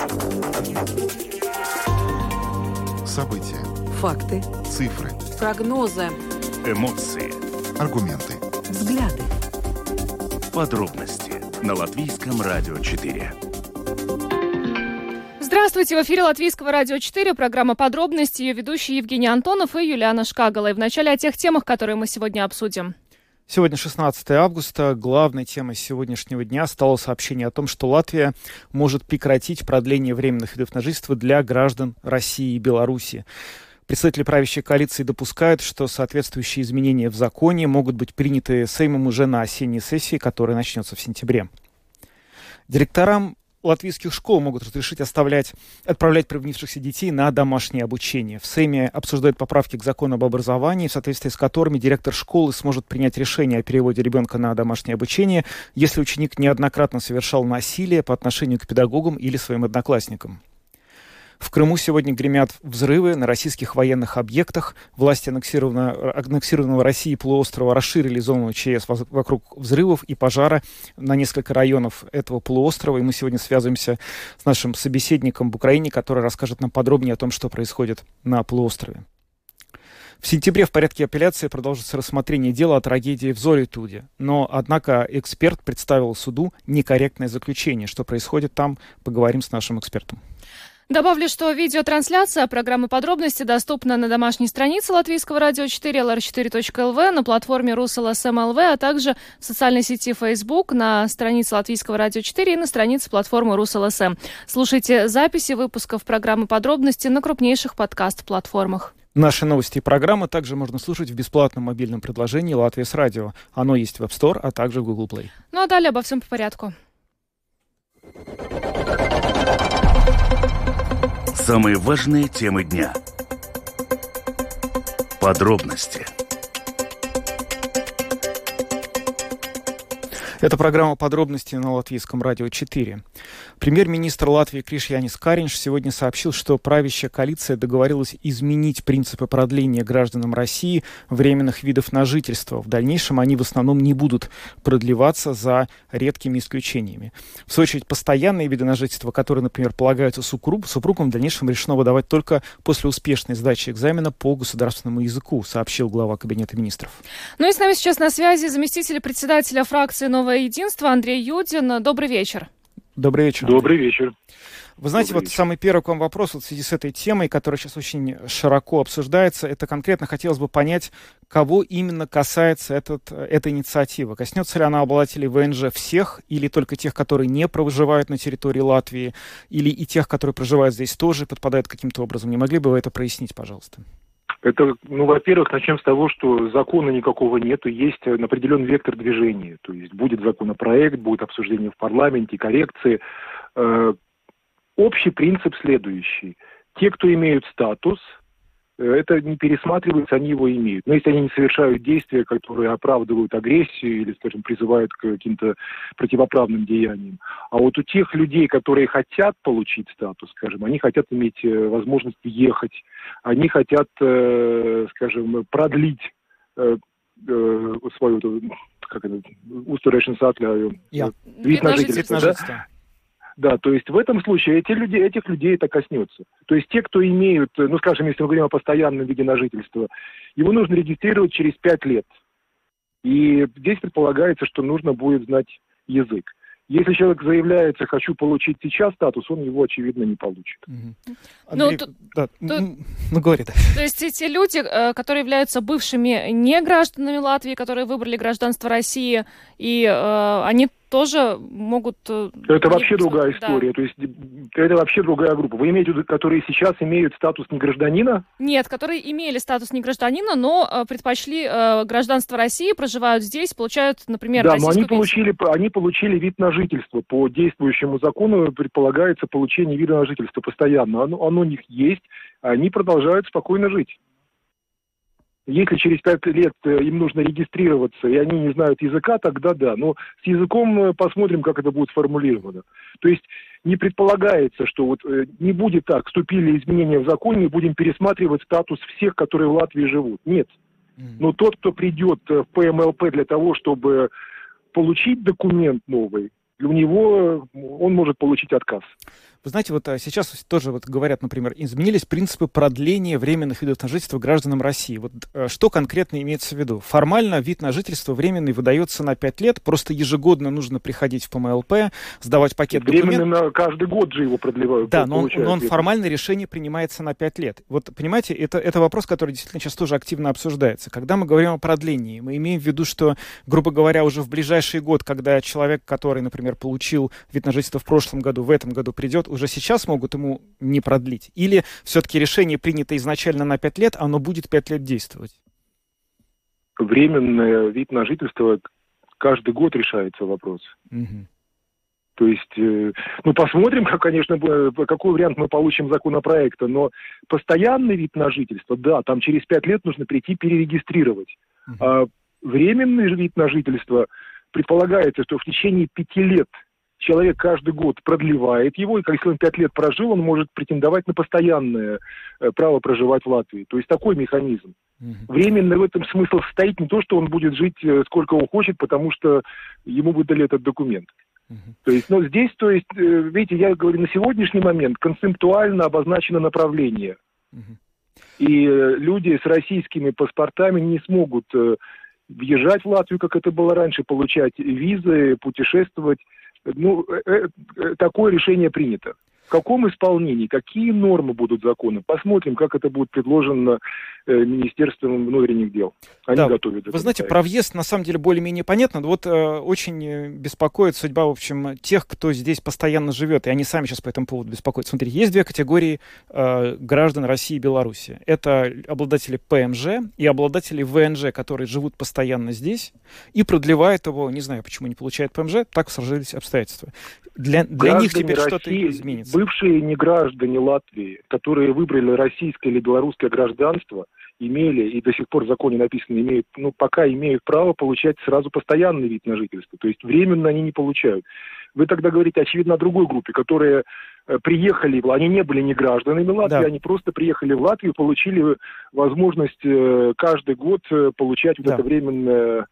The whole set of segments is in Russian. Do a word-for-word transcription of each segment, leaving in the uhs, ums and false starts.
События. Факты. Цифры. Прогнозы. Эмоции. Аргументы. Взгляды. Подробности на Латвийском радио четыре. Здравствуйте, в эфире Латвийского радио четыре, программа «Подробности», ее ведущие Евгений Антонов и Юлиана Шкагала. И вначале о тех темах, которые мы сегодня обсудим. Сегодня шестнадцатое августа. Главной темой сегодняшнего дня стало сообщение о том, что Латвия может прекратить продление временных видов на жительство для граждан России и Беларуси. Представители правящей коалиции допускают, что соответствующие изменения в законе могут быть приняты Сеймом уже на осенней сессии, которая начнется в сентябре. Директорам латвийских школ могут разрешить оставлять, отправлять провинившихся детей на домашнее обучение. В Сейме обсуждают поправки к закону об образовании, в соответствии с которыми директор школы сможет принять решение о переводе ребенка на домашнее обучение, если ученик неоднократно совершал насилие по отношению к педагогам или своим одноклассникам. В Крыму сегодня гремят взрывы на российских военных объектах. Власти аннексированного, аннексированного Россией полуострова расширили зону ЧС вокруг взрывов и пожара на несколько районов этого полуострова. И мы сегодня связываемся с нашим собеседником в Украине, который расскажет нам подробнее о том, что происходит на полуострове. В сентябре в порядке апелляции продолжится рассмотрение дела о трагедии в Золитуде. Но, однако, эксперт представил суду некорректное заключение. Что происходит там, поговорим с нашим экспертом. Добавлю, что видеотрансляция программы «Подробности» доступна на домашней странице Латвийского радио четыре, эл эр четыре точка эл ви, на платформе РусЛСМ.ЛВ, а также в социальной сети Facebook, на странице Латвийского радио четыре и на странице платформы РусЛСМ. Слушайте записи выпусков программы «Подробности» на крупнейших подкаст-платформах. Наши новости и программы также можно слушать в бесплатном мобильном приложении «Латвия с радио». Оно есть в App Store, а также в Google Play. Ну а далее обо всем по порядку. Самые важные темы дня. Подробности. Это программа «Подробности» на Латвийском радио четыре. Премьер-министр Латвии Кришьянис Кариньш сегодня сообщил, что правящая коалиция договорилась изменить принципы продления гражданам России временных видов на жительство. В дальнейшем они в основном не будут продлеваться за редкими исключениями. В свою очередь, постоянные виды на жительство, которые, например, полагаются супруг, супругам, в дальнейшем решено выдавать только после успешной сдачи экзамена по государственному языку, сообщил глава Кабинета министров. Ну и с нами сейчас на связи заместитель председателя фракции «Новое единство» Андрей Юдин. Добрый вечер. Добрый вечер. Добрый вечер. Вы знаете, Добрый вот вечер. Самый первый к вам вопрос вот в связи с этой темой, которая сейчас очень широко обсуждается, это конкретно хотелось бы понять, кого именно касается этот, эта инициатива. Коснется ли она обладателей вэ эн жэ всех, или только тех, которые не проживают на территории Латвии, или и тех, которые проживают здесь тоже подпадают каким-то образом? Не могли бы вы это прояснить, пожалуйста? Это, ну, во-первых, начнем с того, что закона никакого нету, есть определенный вектор движения. То есть будет законопроект, будет обсуждение в парламенте, коррекции. Э, общий принцип следующий. Те, кто имеют статус, это не пересматривается, они его имеют. Но если они не совершают действия, которые оправдывают агрессию или, скажем, призывают к каким-то противоправным деяниям. А вот у тех людей, которые хотят получить статус, скажем, они хотят иметь возможность ехать, они хотят, скажем, продлить свою, как это, устойчивость, вид на жительство, да? Да, то есть в этом случае эти люди, этих людей это коснется. То есть те, кто имеют, ну, скажем, если мы говорим о постоянном виде на жительство, его нужно регистрировать через пять лет. И здесь предполагается, что нужно будет знать язык. Если человек заявляется, хочу получить сейчас статус, он его, очевидно, не получит. Угу. Андрей, ну, да, то, ну, ну, говори, да. То есть эти люди, которые являются бывшими негражданами Латвии, которые выбрали гражданство России, и э, они тоже могут... Это вообще другая история. Да. То есть это вообще другая группа. Вы имеете в виду, которые сейчас имеют статус негражданина? Нет, которые имели статус негражданина, но э, предпочли э, гражданство России, проживают здесь, получают, например, да, российскую но они получили, они получили вид на жительство. По действующему закону предполагается получение вида на жительство постоянно. Оно, оно у них есть, они продолжают спокойно жить. Если через пять лет им нужно регистрироваться, и они не знают языка, тогда да. Но с языком посмотрим, как это будет сформулировано. То есть не предполагается, что вот не будет так, вступили изменения в законе, и будем пересматривать статус всех, которые в Латвии живут. Нет. Но тот, кто придет в пэ эм эл пэ для того, чтобы получить документ новый, у него он может получить отказ. Вы знаете, вот сейчас тоже вот говорят, например, изменились принципы продления временных видов на жительство гражданам России. Вот что конкретно имеется в виду? Формально вид на жительство временный выдается на пять лет, просто ежегодно нужно приходить в ПМЛП, сдавать пакет документов. Временно каждый год же его продлевают. Да, но он, но он формально решение принимается на пять лет. Вот, понимаете, это, это вопрос, который действительно сейчас тоже активно обсуждается. Когда мы говорим о продлении, мы имеем в виду, что, грубо говоря, уже в ближайший год, когда человек, который, например, получил вид на жительство в прошлом году, в этом году придет, уже сейчас могут ему не продлить? Или все-таки решение принято изначально на пять лет, оно будет пять лет действовать? Временный вид на жительство каждый год решается вопрос. Угу. То есть, э, ну, посмотрим, как, конечно, какой вариант мы получим законопроекта, но постоянный вид на жительство, да, там через пять лет нужно прийти перерегистрировать. Uh-huh. А временный вид на жительство предполагается, что в течение пяти лет человек каждый год продлевает его, и если он пять лет прожил, он может претендовать на постоянное э, право проживать в Латвии. То есть такой механизм. Uh-huh. Временно в этом смысл состоит не то, что он будет жить э, сколько он хочет, потому что ему выдали этот документ. Uh-huh. То есть, но здесь, то есть, видите, я говорю, на сегодняшний момент концептуально обозначено направление. Uh-huh. И люди с российскими паспортами не смогут въезжать в Латвию, как это было раньше, получать визы, путешествовать. Ну, э, э, такое решение принято. В каком исполнении, какие нормы будут закона? Посмотрим, как это будет предложено э, Министерством внутренних дел. Они да, готовят. Вы знаете, проект. Про въезд на самом деле более-менее понятно. Вот э, очень беспокоит судьба, в общем, тех, кто здесь постоянно живет, и они сами сейчас по этому поводу беспокоятся. Смотрите, есть две категории э, граждан России и Беларуси. Это обладатели ПМЖ и обладатели ВНЖ, которые живут постоянно здесь и продлевают его, не знаю, почему не получают ПМЖ, так сложились обстоятельства. Для, для них теперь России, что-то изменится. Бывшие неграждане Латвии, которые выбрали российское или белорусское гражданство, имели, и до сих пор в законе написано, имеют, ну, пока имеют право получать сразу постоянный вид на жительство. То есть временно они не получают. Вы тогда говорите, очевидно, о другой группе, которые э, приехали, они не были не гражданами Латвии, да. Они просто приехали в Латвию, получили возможность э, каждый год э, получать вот да. это временное...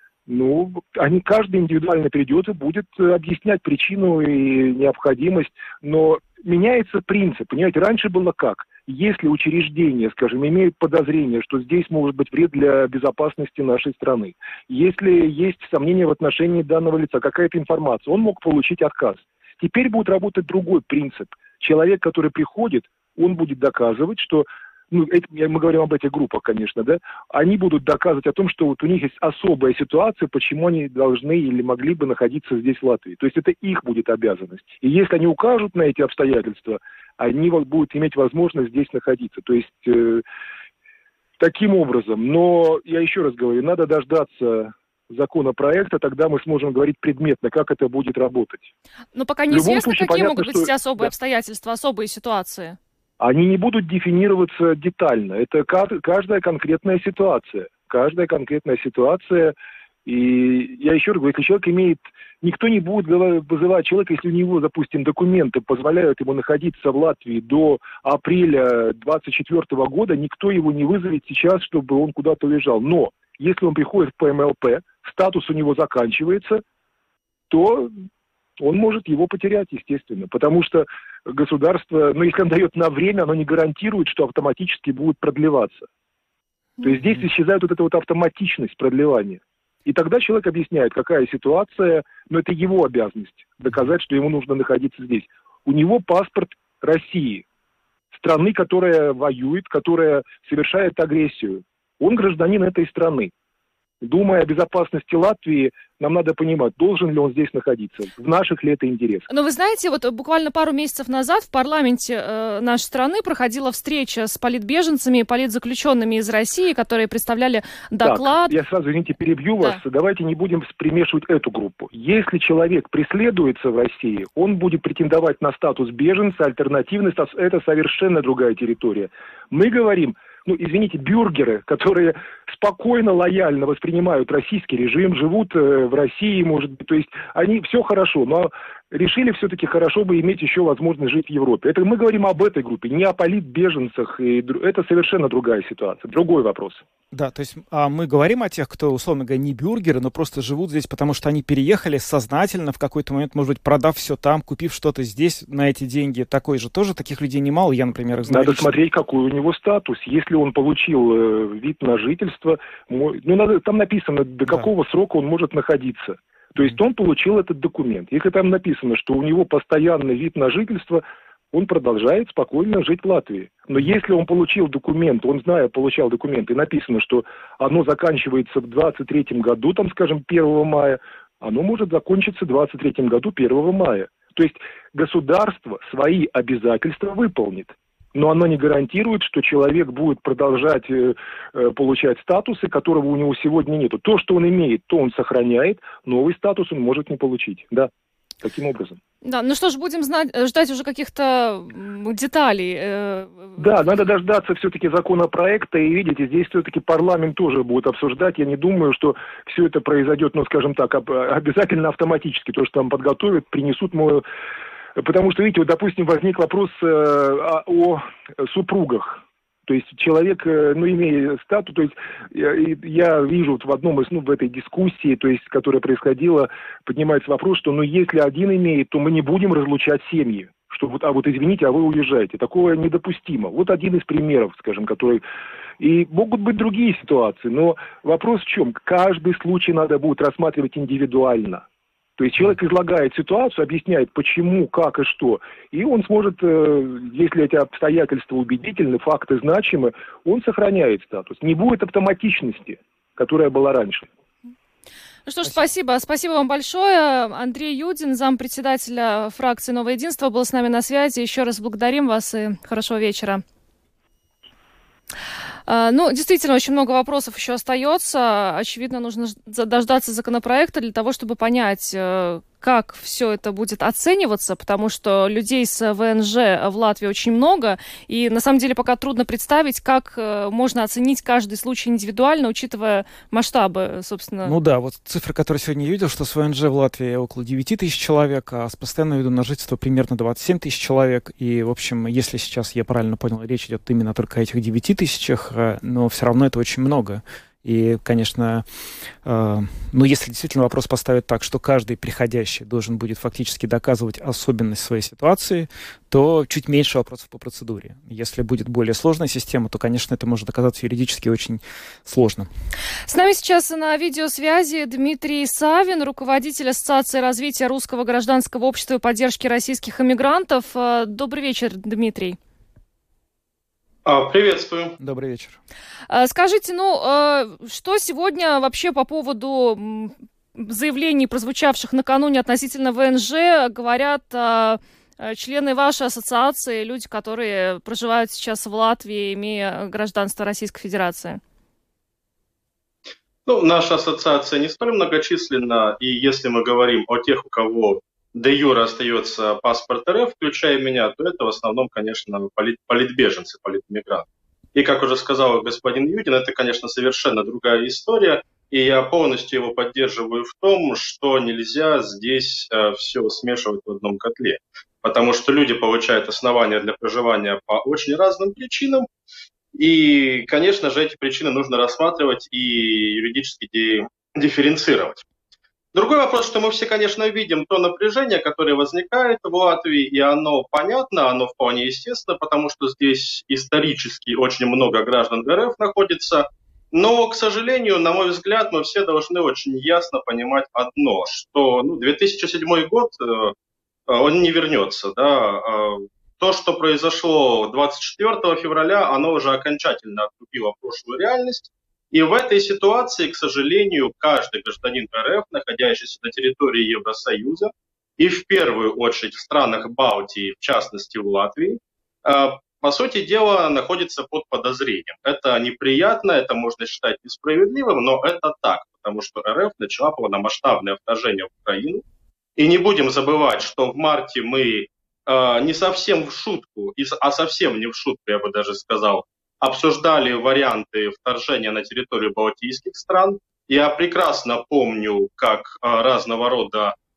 Ну, они, каждый индивидуально придет и будет объяснять причину и необходимость, но меняется принцип. Понимаете, раньше было как? Если учреждения, скажем, имеют подозрение, что здесь может быть вред для безопасности нашей страны, если есть сомнения в отношении данного лица, какая-то информация, он мог получить отказ. Теперь будет работать другой принцип. Человек, который приходит, он будет доказывать, что ну, это, мы говорим об этих группах, конечно, да, они будут доказывать о том, что вот у них есть особая ситуация, почему они должны или могли бы находиться здесь, в Латвии. То есть это их будет обязанность. И если они укажут на эти обстоятельства, они вот будут иметь возможность здесь находиться. То есть э, таким образом. Но, я еще раз говорю, надо дождаться законопроекта, тогда мы сможем говорить предметно, как это будет работать. Но пока неизвестно, какие понятно, могут быть что... эти особые да. обстоятельства, особые ситуации. Они не будут дефинироваться детально. Это каждая конкретная ситуация. Каждая конкретная ситуация. И я еще раз говорю, если человек имеет... Никто не будет вызывать человека, если у него, допустим, документы позволяют ему находиться в Латвии до апреля двадцать четвёртого года, никто его не вызовет сейчас, чтобы он куда-то уезжал. Но если он приходит в ПМЛП, статус у него заканчивается, то... он может его потерять, естественно, потому что государство, ну, если он дает на время, оно не гарантирует, что автоматически будет продлеваться. То есть здесь исчезает вот эта вот автоматичность продлевания. И тогда человек объясняет, какая ситуация, но это его обязанность доказать, что ему нужно находиться здесь. У него паспорт России, страны, которая воюет, которая совершает агрессию. Он гражданин этой страны. Думая о безопасности Латвии, нам надо понимать, должен ли он здесь находиться, в наших ли это интересах. Но вы знаете, вот буквально пару месяцев назад в парламенте э, нашей страны проходила встреча с политбеженцами и политзаключенными из России, которые представляли доклад. Так, я сразу, извините, перебью да. вас. Давайте не будем примешивать эту группу. Если человек преследуется в России, он будет претендовать на статус беженца, альтернативный статус. Это совершенно другая территория. Мы говорим... Ну, извините, бюргеры, которые спокойно, лояльно воспринимают российский режим, живут э, в России, может быть, то есть они все хорошо, но решили все-таки хорошо бы иметь еще возможность жить в Европе. Это мы говорим об этой группе, не о политбеженцах. И это совершенно другая ситуация, другой вопрос. Да, то есть а мы говорим о тех, кто, условно говоря, не бюргеры, но просто живут здесь, потому что они переехали сознательно в какой-то момент, может быть, продав все там, купив что-то здесь на эти деньги. Такой же тоже таких людей немало, я, например, их знаю. Надо лично. смотреть, какой у него статус. Если он получил э, вид на жительство, ну, надо, там написано, до какого да. срока он может находиться. То есть он получил этот документ. Если там написано, что у него постоянный вид на жительство, он продолжает спокойно жить в Латвии. Но если он получил документ, он, зная, получал документ, и написано, что оно заканчивается в двадцать третьем году, там, скажем, первого мая, оно может закончиться в двадцать третьем году первого мая. То есть государство свои обязательства выполнит. Но оно не гарантирует, что человек будет продолжать э, э, получать статусы, которого у него сегодня нету. То, что он имеет, то он сохраняет, новый статус он может не получить. Да, таким образом. Да, ну что ж, будем знать, ждать уже каких-то деталей. Да, надо дождаться все-таки законопроекта, и видите, здесь все-таки парламент тоже будет обсуждать. Я не думаю, что все это произойдет, ну, скажем так, обязательно автоматически. То, что там подготовят, принесут мою... Потому что, видите, вот, допустим, возник вопрос э, о, о супругах. То есть человек, э, ну, имея статус, то есть я, я вижу вот в одном из, ну, в этой дискуссии, то есть, которая происходила, поднимается вопрос, что, ну, если один имеет, то мы не будем разлучать семьи. Что вот, а вот извините, а вы уезжаете. Такое недопустимо. Вот один из примеров, скажем, который... И могут быть другие ситуации, но вопрос в чем? Каждый случай надо будет рассматривать индивидуально. То есть человек излагает ситуацию, объясняет, почему, как и что. И он сможет, если эти обстоятельства убедительны, факты значимы, он сохраняет статус. Не будет автоматичности, которая была раньше. Ну что ж, спасибо. Спасибо вам большое. Андрей Юдин, зампредседателя фракции «Новое единство», был с нами на связи. Еще раз благодарим вас и хорошего вечера. Ну, действительно, очень много вопросов еще остается. Очевидно, нужно дождаться законопроекта для того, чтобы понять, как все это будет оцениваться, потому что людей с ВНЖ в Латвии очень много, и на самом деле пока трудно представить, как можно оценить каждый случай индивидуально, учитывая масштабы, собственно. Ну да, вот цифры, которые сегодня я видел, что с ВНЖ в Латвии около девять тысяч человек, а с постоянным видом на жительство примерно двадцать семь тысяч человек, и, в общем, если сейчас я правильно понял, речь идет именно только о этих девяти тысячах, но все равно это очень много. И, конечно, э, ну, если действительно вопрос поставить так, что каждый приходящий должен будет фактически доказывать особенность своей ситуации, то чуть меньше вопросов по процедуре. Если будет более сложная система, то, конечно, это может оказаться юридически очень сложно. С нами сейчас на видеосвязи Дмитрий Савин, руководитель Ассоциации развития русского гражданского общества и поддержки российских иммигрантов. Добрый вечер, Дмитрий. Приветствую. Добрый вечер. Скажите, ну, что сегодня вообще по поводу заявлений, прозвучавших накануне относительно ВНЖ, говорят члены вашей ассоциации, люди, которые проживают сейчас в Латвии, имея гражданство Российской Федерации? Ну, наша ассоциация не столь многочисленна, и если мы говорим о тех, у кого де юре остается паспорт РФ, включая меня, то это в основном, конечно, полит, политбеженцы, политмигранты. И, как уже сказал господин Юдин, это, конечно, совершенно другая история, и я полностью его поддерживаю в том, что нельзя здесь э, все смешивать в одном котле. Потому что люди получают основания для проживания по очень разным причинам, и, конечно же, эти причины нужно рассматривать и юридически ди- дифференцировать. Другой вопрос, что мы все, конечно, видим то напряжение, которое возникает в Латвии, и оно понятно, оно вполне естественно, потому что здесь исторически очень много граждан РФ находится. Но, к сожалению, на мой взгляд, мы все должны очень ясно понимать одно, что ну, две тысячи седьмой год, он не вернется. Да? То, что произошло двадцать четвёртого февраля, оно уже окончательно отрубило прошлую реальность. И в этой ситуации, к сожалению, каждый гражданин РФ, находящийся на территории Евросоюза, и в первую очередь в странах Балтии, в частности в Латвии, по сути дела находится под подозрением. Это неприятно, это можно считать несправедливым, но это так, потому что РФ начала полномасштабное вторжение в Украину. И не будем забывать, что в марте мы не совсем в шутку, а совсем не в шутку, я бы даже сказал, обсуждали варианты вторжения на территорию балтийских стран. Я прекрасно помню, как разного рода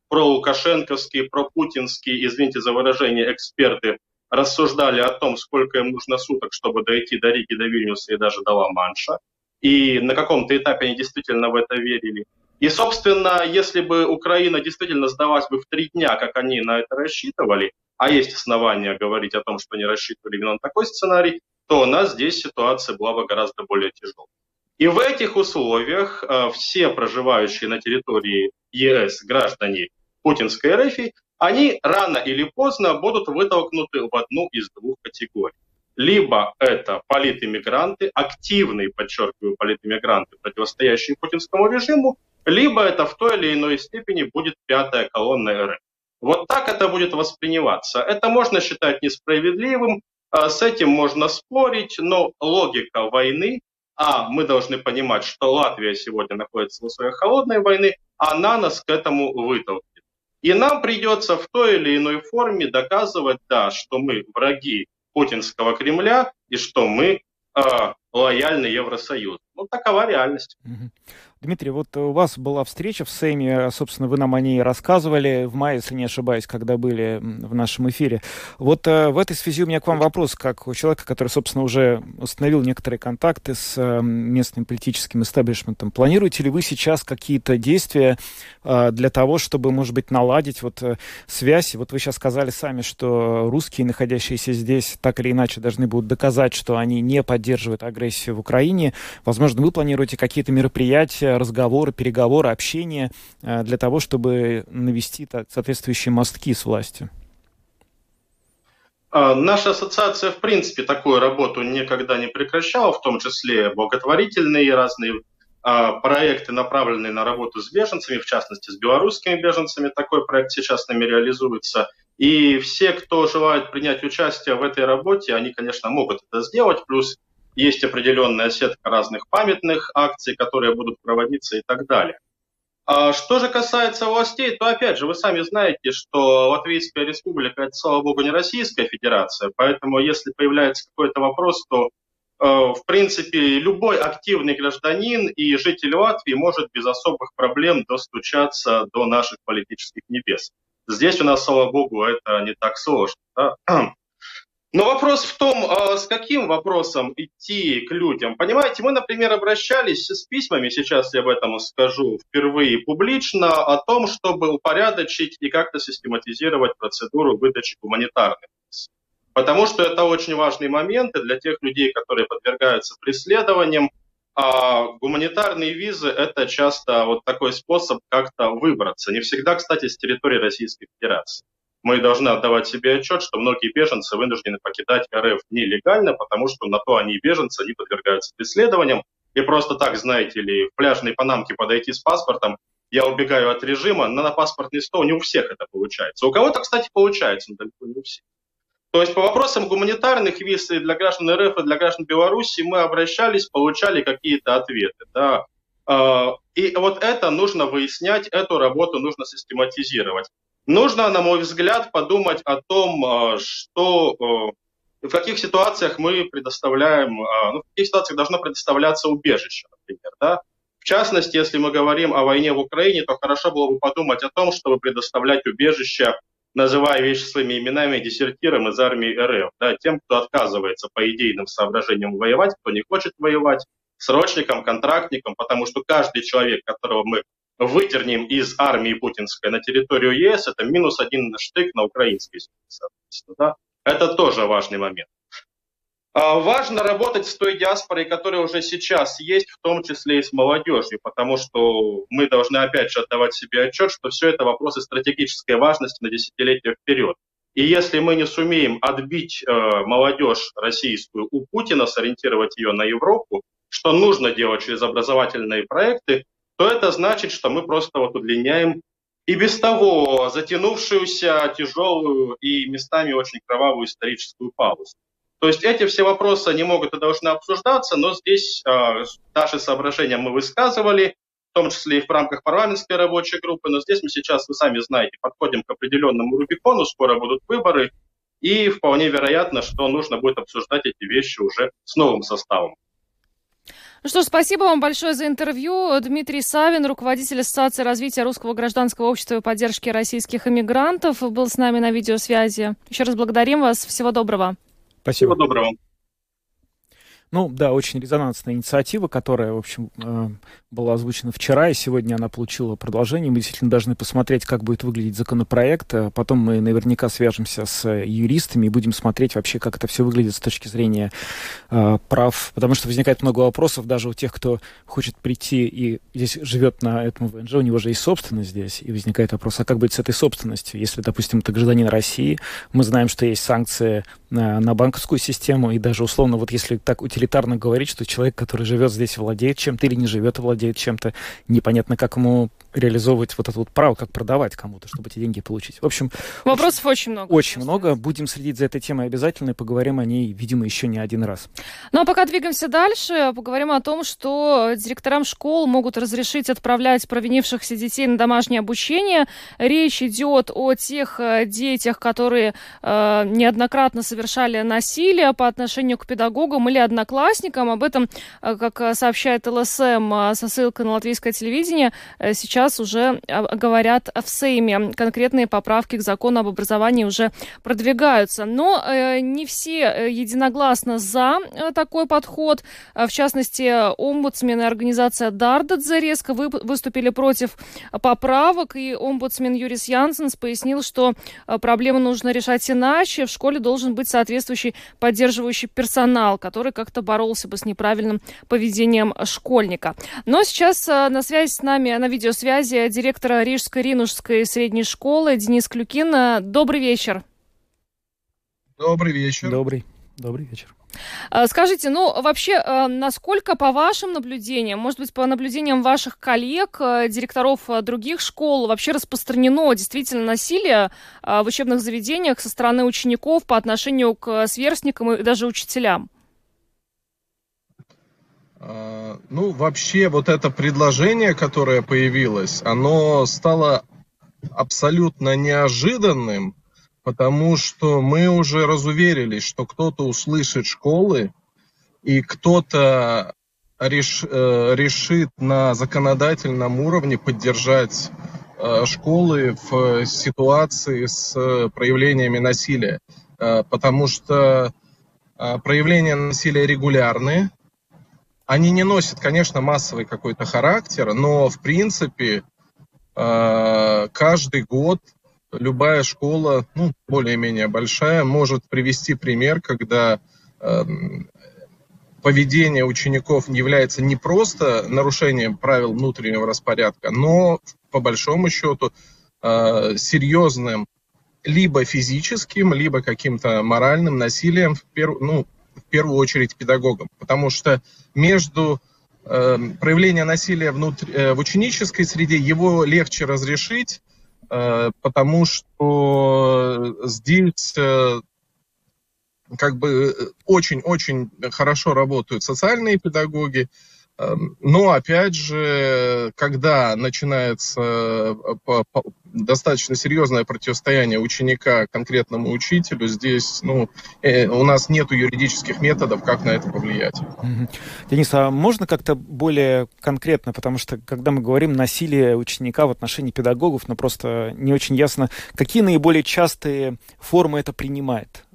пролукашенковские, пропутинские, извините за выражение, эксперты рассуждали о том, сколько им нужно суток, чтобы дойти до Риги, до Вильнюса и даже до Ла-Манша. И на каком-то этапе они действительно в это верили. И, собственно, если бы Украина действительно сдалась бы в три дня, как они на это рассчитывали, а есть основания говорить о том, что они рассчитывали именно на такой сценарий, то у нас здесь ситуация была бы гораздо более тяжелой. И в этих условиях э, все проживающие на территории ЕС граждане путинской эр эф, они рано или поздно будут вытолкнуты в одну из двух категорий. Либо это политэмигранты, активные, подчеркиваю, политэмигранты, противостоящие путинскому режиму, либо это в той или иной степени будет пятая колонна эр эф. Вот так это будет восприниматься. Это можно считать несправедливым, с этим можно спорить, но логика войны, а мы должны понимать, что Латвия сегодня находится в условиях холодной войны, она нас к этому вытолкнет. И нам придется в той или иной форме доказывать, да, что мы враги путинского Кремля и что мы э, лояльны Евросоюзу. Ну, такова реальность. Дмитрий, вот у вас была встреча в Сейме, собственно, вы нам о ней рассказывали в мае, если не ошибаюсь, когда были в нашем эфире. Вот э, в этой связи у меня к вам вопрос, как у человека, который, собственно, уже установил некоторые контакты с э, местным политическим истеблишментом. Планируете ли вы сейчас какие-то действия э, для того, чтобы, может быть, наладить вот э, связь? Вот вы сейчас сказали сами, что русские, находящиеся здесь, так или иначе должны будут доказать, что они не поддерживают агрессию в Украине. Возможно, вы планируете какие-то мероприятия, разговоры, переговоры, общение для того, чтобы навести соответствующие мостки с властью? Наша ассоциация, в принципе, такую работу никогда не прекращала, в том числе благотворительные разные проекты, направленные на работу с беженцами, в частности, с белорусскими беженцами. Такой проект сейчас нами реализуется. И все, кто желает принять участие в этой работе, они, конечно, могут это сделать. Плюс есть определенная сетка разных памятных акций, которые будут проводиться и так далее. А что же касается властей, то, опять же, вы сами знаете, что Латвийская республика – это, слава богу, не Российская Федерация, поэтому если появляется какой-то вопрос, то, э, в принципе, любой активный гражданин и житель Латвии может без особых проблем достучаться до наших политических небес. Здесь у нас, слава богу, это не так сложно. Да? Но вопрос в том, с каким вопросом идти к людям. Понимаете, мы, например, обращались с письмами, сейчас я об этом скажу впервые публично, о том, чтобы упорядочить и как-то систематизировать процедуру выдачи гуманитарных виз. Потому что это очень важный момент и для тех людей, которые подвергаются преследованиям. А гуманитарные визы – это часто вот такой способ как-то выбраться. Не всегда, кстати, с территории Российской Федерации. Мы должны отдавать себе отчет, что многие беженцы вынуждены покидать эр эф нелегально, потому что на то они и беженцы, они подвергаются преследованиям. И просто так, знаете ли, в пляжной панамке подойти с паспортом, я убегаю от режима, но на паспортный стол не у всех это получается. У кого-то, кстати, получается, но далеко не у всех. То есть по вопросам гуманитарных виз и для граждан эр эф и для граждан Беларуси мы обращались, получали какие-то ответы. Да. И вот это нужно выяснять, эту работу нужно систематизировать. Нужно, на мой взгляд, подумать о том, что, в каких ситуациях мы предоставляем, ну, в каких ситуациях должно предоставляться убежище, например. Да? В частности, если мы говорим о войне в Украине, то хорошо было бы подумать о том, чтобы предоставлять убежище, называя вещи своими именами, дезертирам из армии эр эф, да, тем, кто отказывается по идейным соображениям воевать, кто не хочет воевать, срочникам, контрактникам, потому что каждый человек, которого мы выдернем из армии путинской на территорию ЕС, это минус один штык на украинской земле, соответственно. Да? Это тоже важный момент. А, важно работать с той диаспорой, которая уже сейчас есть, в том числе и с молодежью, потому что мы должны опять же отдавать себе отчет, что все это вопросы стратегической важности на десятилетия вперед. И если мы не сумеем отбить э, молодежь российскую у Путина, сориентировать ее на Европу, что нужно делать через образовательные проекты, то это значит, что мы просто вот удлиняем и без того затянувшуюся, тяжелую и местами очень кровавую историческую паузу. То есть эти все вопросы не могут и должны обсуждаться, но здесь э, наши соображения мы высказывали, в том числе и в рамках парламентской рабочей группы, но здесь мы сейчас, вы сами знаете, подходим к определенному рубикону, скоро будут выборы, и вполне вероятно, что нужно будет обсуждать эти вещи уже с новым составом. Ну что ж, спасибо вам большое за интервью. Дмитрий Савин, руководитель Ассоциации развития русского гражданского общества и поддержки российских иммигрантов, был с нами на видеосвязи. Еще раз благодарим вас. Всего доброго. Спасибо. Всего доброго. Ну да, очень резонансная инициатива, которая, в общем, была озвучена вчера, и сегодня она получила продолжение. Мы действительно должны посмотреть, как будет выглядеть законопроект. Потом мы наверняка свяжемся с юристами и будем смотреть вообще, как это все выглядит с точки зрения э, прав. Потому что возникает много вопросов даже у тех, кто хочет прийти и здесь живет на этом ВНЖ, у него же есть собственность здесь. И возникает вопрос, а как быть с этой собственностью? Если, допустим, это гражданин России, мы знаем, что есть санкции на, на банковскую систему, и даже условно, вот если так утилитарно говорить, что человек, который живет здесь, владеет чем-то или не живет, владеет чем-то, непонятно, как ему реализовывать вот это вот право, как продавать кому-то, чтобы эти деньги получить. В общем, вопросов очень много. Очень много. Будем следить за этой темой обязательно и поговорим о ней, видимо, еще не один раз. Ну а пока двигаемся дальше, поговорим о том, что директорам школ могут разрешить отправлять провинившихся детей на домашнее обучение. Речь идет о тех детях, которые э, неоднократно совершали насилие по отношению к педагогам или одноклассникам. Об этом, э, как сообщает ЛСМ э, со ссылкой на латвийское телевидение, э, сейчас уже говорят в Сейме. Конкретные поправки к закону об образовании уже продвигаются. Но э, не все единогласно за э, такой подход. В частности, омбудсмен и организация Дардадзе резко вы, выступили против поправок. И омбудсмен Юрис Янсенс пояснил, что э, проблему нужно решать иначе. В школе должен быть соответствующий поддерживающий персонал, который как-то боролся бы с неправильным поведением школьника. Но сейчас э, на связи с нами, на видеосвязи, директора Рижской Ринушской средней школы Денис Клюкин. Добрый вечер. Добрый вечер. Добрый. Добрый вечер. Скажите, ну вообще, насколько по вашим наблюдениям, может быть, по наблюдениям ваших коллег, директоров других школ, вообще распространено действительно насилие в учебных заведениях со стороны учеников по отношению к сверстникам и даже учителям? Ну, вообще, вот это предложение, которое появилось, оно стало абсолютно неожиданным, потому что мы уже разуверились, что кто-то услышит школы, и кто-то реш, решит на законодательном уровне поддержать школы в ситуации с проявлениями насилия. Потому что проявления насилия регулярные. Они не носят, конечно, массовый какой-то характер, но, в принципе, каждый год любая школа, ну, более-менее большая, может привести пример, когда поведение учеников является не просто нарушением правил внутреннего распорядка, но, по большому счету, серьезным либо физическим, либо каким-то моральным насилием, в первую, ну, в первую очередь педагогам, потому что между э, проявлением насилия внутри, э, в ученической среде его легче разрешить, э, потому что здесь э, как бы очень-очень хорошо работают социальные педагоги, э, но опять же, когда начинается по, по, достаточно серьезное противостояние ученика конкретному учителю, здесь, ну, э, у нас нет юридических методов, как на это повлиять. Mm-hmm. Денис, а можно как-то более конкретно, потому что, когда мы говорим насилие ученика в отношении педагогов, ну, просто не очень ясно, какие наиболее частые формы это принимает?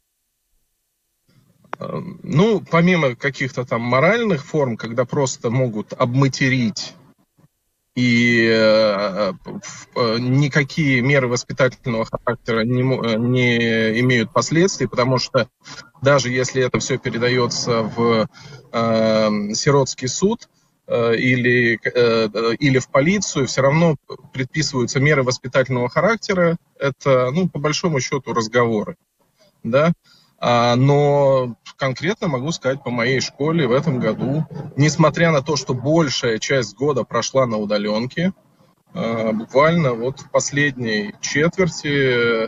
Ну, помимо каких-то там моральных форм, когда просто могут обматерить, и э, э, никакие меры воспитательного характера не, не имеют последствий, потому что даже если это все передается в э, сиротский суд э, или, э, или в полицию, все равно предписываются меры воспитательного характера. Это, ну, по большому счету, разговоры, да. Но конкретно могу сказать, по моей школе в этом году, несмотря на то, что большая часть года прошла на удаленке, буквально вот в последней четверти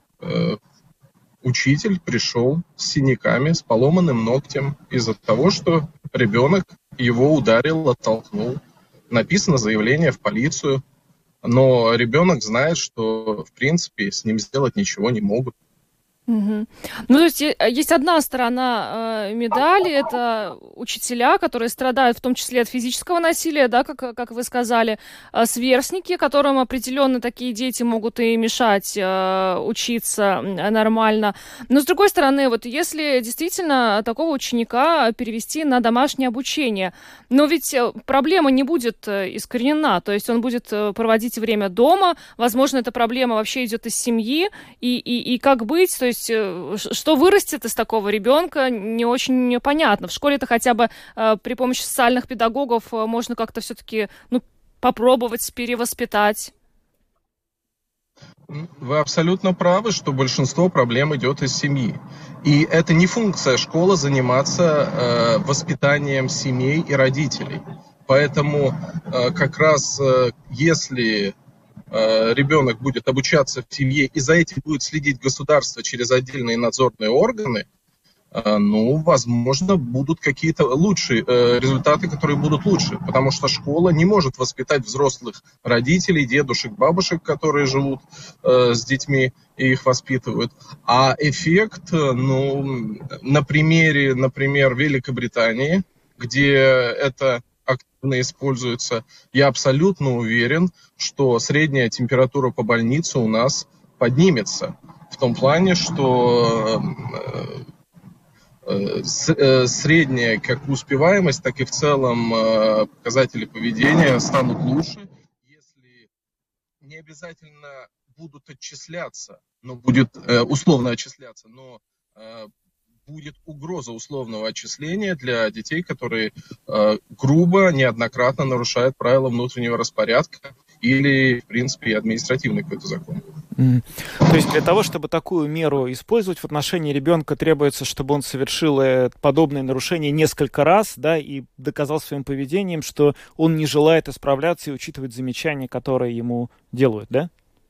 учитель пришел с синяками, с поломанным ногтем из-за того, что ребенок его ударил, оттолкнул. Написано заявление в полицию, но ребенок знает, что в принципе с ним сделать ничего не могут. Угу. Ну, то есть есть одна сторона э, медали, это учителя, которые страдают в том числе от физического насилия, да, как, как вы сказали, э, сверстники, которым определенно такие дети могут и мешать э, учиться нормально. Но, с другой стороны, вот если действительно такого ученика перевести на домашнее обучение, но ведь проблема не будет искоренена, то есть он будет проводить время дома, возможно, эта проблема вообще идет из семьи, и, и, и как быть, то есть что вырастет из такого ребенка, не очень понятно. В школе-то хотя бы э, при помощи социальных педагогов э, можно как-то все-таки ну, попробовать перевоспитать. Вы абсолютно правы, что большинство проблем идет из семьи. И это не функция школы заниматься э, воспитанием семей и родителей. Поэтому э, как раз э, если ребенок будет обучаться в семье, и за этим будет следить государство через отдельные надзорные органы, ну, возможно, будут какие-то лучшие результаты, которые будут лучше, потому что школа не может воспитать взрослых родителей, дедушек, бабушек, которые живут с детьми и их воспитывают. А эффект, ну, на примере, например, Великобритании, где это активно используется, я абсолютно уверен, что средняя температура по больнице у нас поднимется. В том плане, что средняя как успеваемость, так и в целом показатели поведения станут лучше, если не обязательно будут отчисляться, но будет условно отчисляться, но будет угроза условного отчисления для детей, которые э, грубо, неоднократно нарушают правила внутреннего распорядка или, в принципе, административный какой-то закон. Mm. То есть для того, чтобы такую меру использовать в отношении ребенка, требуется, чтобы он совершил подобное нарушение несколько раз, да, и доказал своим поведением, что он не желает исправляться и учитывать замечания, которые ему делают, да?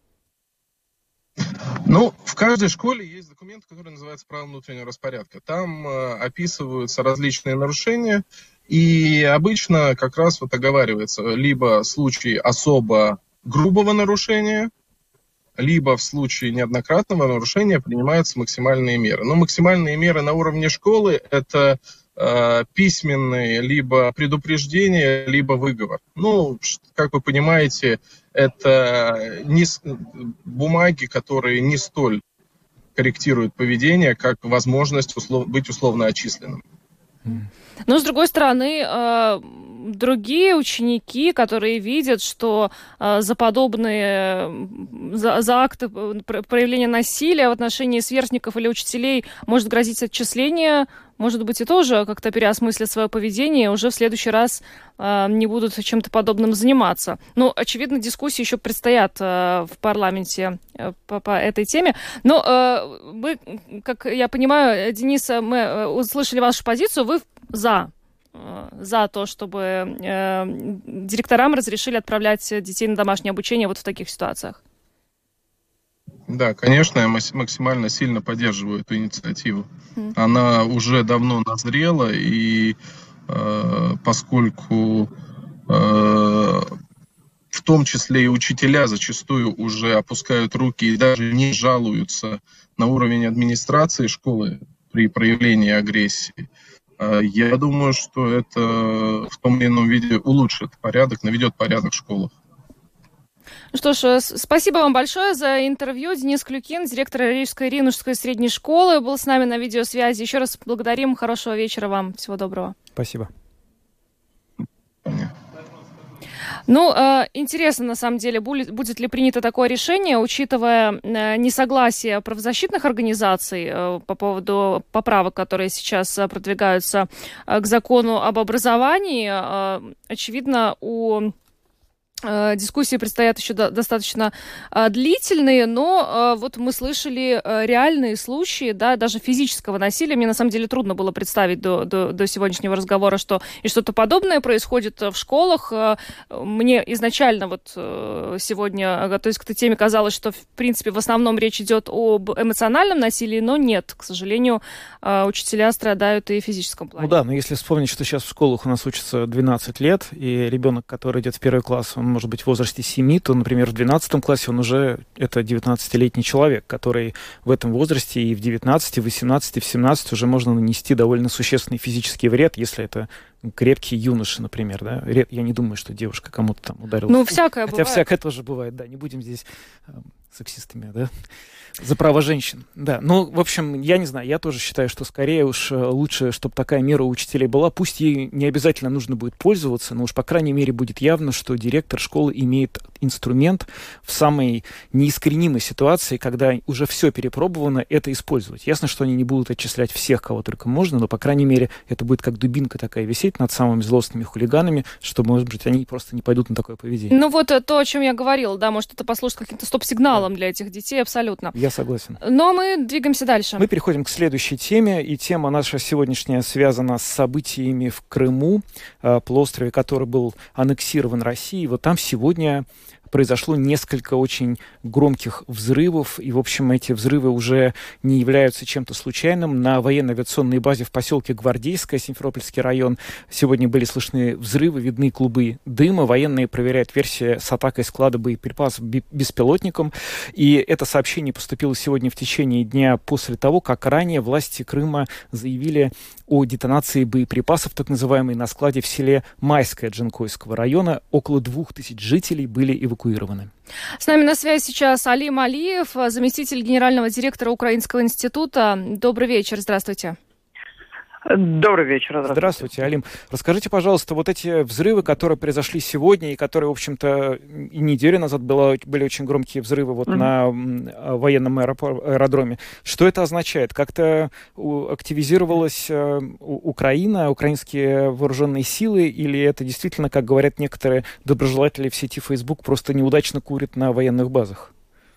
Ну, в каждой школе есть документ, который называется «Правила внутреннего распорядка». Там э, описываются различные нарушения, и обычно как раз вот оговаривается либо в случае особо грубого нарушения, либо в случае неоднократного нарушения принимаются максимальные меры. Но максимальные меры на уровне школы – это э, письменные либо предупреждения, либо выговор. Ну, как вы понимаете, это не бумаги, которые не столь корректируют поведение, как возможность услов... быть условно отчисленным. Но, с другой стороны, другие ученики, которые видят, что за подобные, за, за акты проявления насилия в отношении сверстников или учителей может грозить отчисление, может быть, и тоже как-то переосмыслят свое поведение, и уже в следующий раз э, не будут чем-то подобным заниматься. Ну, очевидно, дискуссии еще предстоят э, в парламенте э, по, по этой теме. Но э, вы, как я понимаю, Денис, мы услышали вашу позицию, вы за. за то, чтобы э, директорам разрешили отправлять детей на домашнее обучение вот в таких ситуациях. Да, конечно, я максимально сильно поддерживаю эту инициативу. Mm. Она уже давно назрела, и э, поскольку э, в том числе и учителя зачастую уже опускают руки и даже не жалуются на уровень администрации школы при проявлении агрессии, э, я думаю, что это в том или ином виде улучшит порядок, наведет порядок в школах. Ну что ж, спасибо вам большое за интервью. Денис Клюкин, директор Рижской Ринушской средней школы, был с нами на видеосвязи. Еще раз благодарим. Хорошего вечера вам. Всего доброго. Спасибо. Ну, э, интересно, на самом деле, будет, будет ли принято такое решение, учитывая э, несогласие правозащитных организаций э, по поводу поправок, которые сейчас э, продвигаются э, к закону об образовании. Э, очевидно, у дискуссии предстоят еще до, достаточно а, длительные, но а, вот мы слышали а, реальные случаи, да, даже физического насилия. Мне на самом деле трудно было представить до, до, до сегодняшнего разговора, что и что-то подобное происходит в школах. А, мне изначально вот а, сегодня, готовясь к этой теме, казалось, что в принципе в основном речь идет об эмоциональном насилии, но нет, к сожалению, а, учителя страдают и в физическом плане. Ну да, но если вспомнить, что сейчас в школах у нас учатся двенадцать лет, и ребенок, который идет в первый класс, он может быть, в возрасте семи, то, например, в двенадцатом классе он уже это девятнадцатилетний человек, который в этом возрасте и в девятнадцати, в восемнадцати, в семнадцати уже можно нанести довольно существенный физический вред, если это крепкий юноша, например, да. Я не думаю, что девушка кому-то там ударила. Ну, всякое Хотя бывает. всякое тоже бывает, да. Не будем здесь э, сексистами, да, за права женщин. Да, ну, в общем, я не знаю, я тоже считаю, что скорее уж лучше, чтобы такая мера у учителей была. Пусть ей не обязательно нужно будет пользоваться, но уж, по крайней мере, будет явно, что директор школы имеет инструмент в самой неискоренимой ситуации, когда уже все перепробовано, это использовать. Ясно, что они не будут отчислять всех, кого только можно, но, по крайней мере, это будет как дубинка такая висеть над самыми злостными хулиганами, что, может быть, они просто не пойдут на такое поведение. Ну вот то, о чем я говорила, да, может, это послужит каким-то стоп-сигналом для этих детей, абсолютно. Я согласен. Но мы двигаемся дальше. Мы переходим к следующей теме, и тема наша сегодняшняя связана с событиями в Крыму, полуострове, который был аннексирован Россией. Вот там сегодня произошло несколько очень громких взрывов, и, в общем, эти взрывы уже не являются чем-то случайным. На военно-авиационной базе в поселке Гвардейское, Симферопольский район, сегодня были слышны взрывы, видны клубы дыма. Военные проверяют версию с атакой склада боеприпасов беспилотником. И это сообщение поступило сегодня в течение дня после того, как ранее власти Крыма заявили о детонации боеприпасов, так называемой, на складе в селе Майское Джанкойского района. Около двух тысяч жителей были эвакуированы. С нами на связи сейчас Алим Алиев, заместитель генерального директора Украинского института. Добрый вечер, здравствуйте. Добрый вечер. Здравствуйте. Здравствуйте, Алим. Расскажите, пожалуйста, вот эти взрывы, которые произошли сегодня и которые, в общем-то, и неделю назад было, были очень громкие взрывы вот mm-hmm. на военном аэродроме. Что это означает? Как-то активизировалась Украина, украинские вооруженные силы, или это действительно, как говорят некоторые доброжелатели в сети Facebook, просто неудачно курят на военных базах?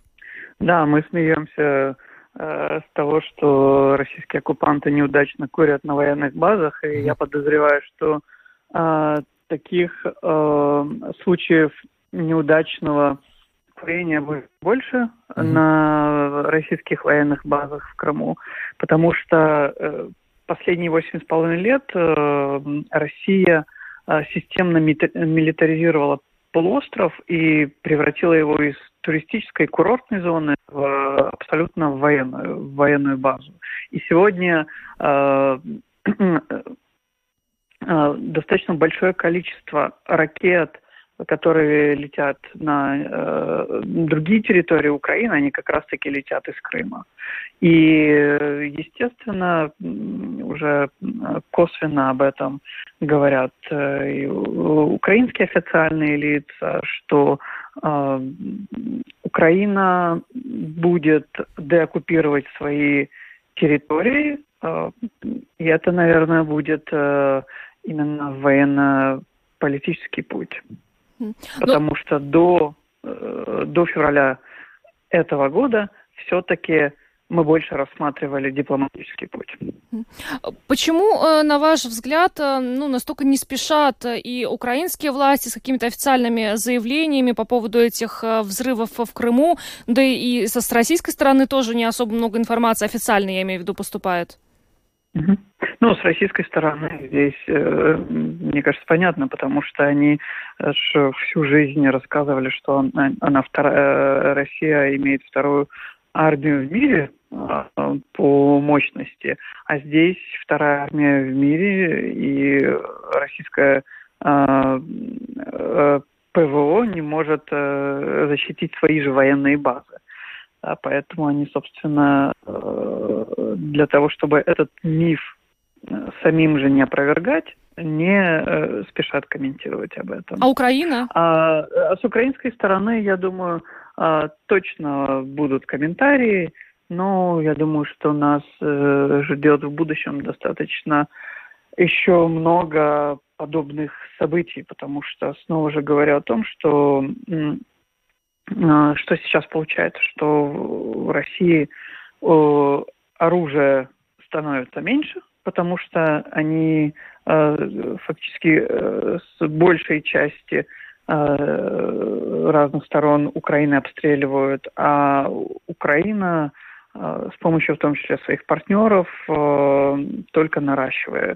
Да, мы смеемся с того, что российские оккупанты неудачно курят на военных базах, и mm-hmm. я подозреваю, что э, таких э, случаев неудачного курения будет больше mm-hmm. на российских военных базах в Крыму, потому что э, последние восемь с половиной лет э, Россия э, системно милитаризировала полуостров и превратила его из туристической курортной зоны в абсолютно военную, в военную базу. И сегодня э, э, достаточно большое количество ракет, которые летят на э, другие территории Украины, они как раз-таки летят из Крыма. И, естественно, уже косвенно об этом говорят э, и украинские официальные лица, что э, Украина будет деоккупировать свои территории, э, и это, наверное, будет э, именно военно-политический путь. Потому Но... что до, э, до февраля этого года все-таки мы больше рассматривали дипломатический путь. Почему, на ваш взгляд, ну, настолько не спешат и украинские власти с какими-то официальными заявлениями по поводу этих взрывов в Крыму, да и с российской стороны тоже не особо много информации официальной, я имею в виду, поступает? Угу. Ну, с российской стороны здесь, э, мне кажется, понятно, потому что они всю жизнь рассказывали, что она, она вторая, Россия имеет вторую армию в мире э, по мощности, а здесь вторая армия в мире, и российская э, э, ПВО не может э, защитить свои же военные базы. Да, поэтому они, собственно, для того, чтобы этот миф самим же не опровергать, не спешат комментировать об этом. А Украина? А, а с украинской стороны, я думаю, точно будут комментарии, но я думаю, что нас ждет в будущем достаточно еще много подобных событий, потому что снова же говорю о том, что... Что сейчас получается, что в России оружие становится меньше, потому что они фактически с большей части разных сторон Украины обстреливают, а Украина с помощью в том числе своих партнеров только наращивает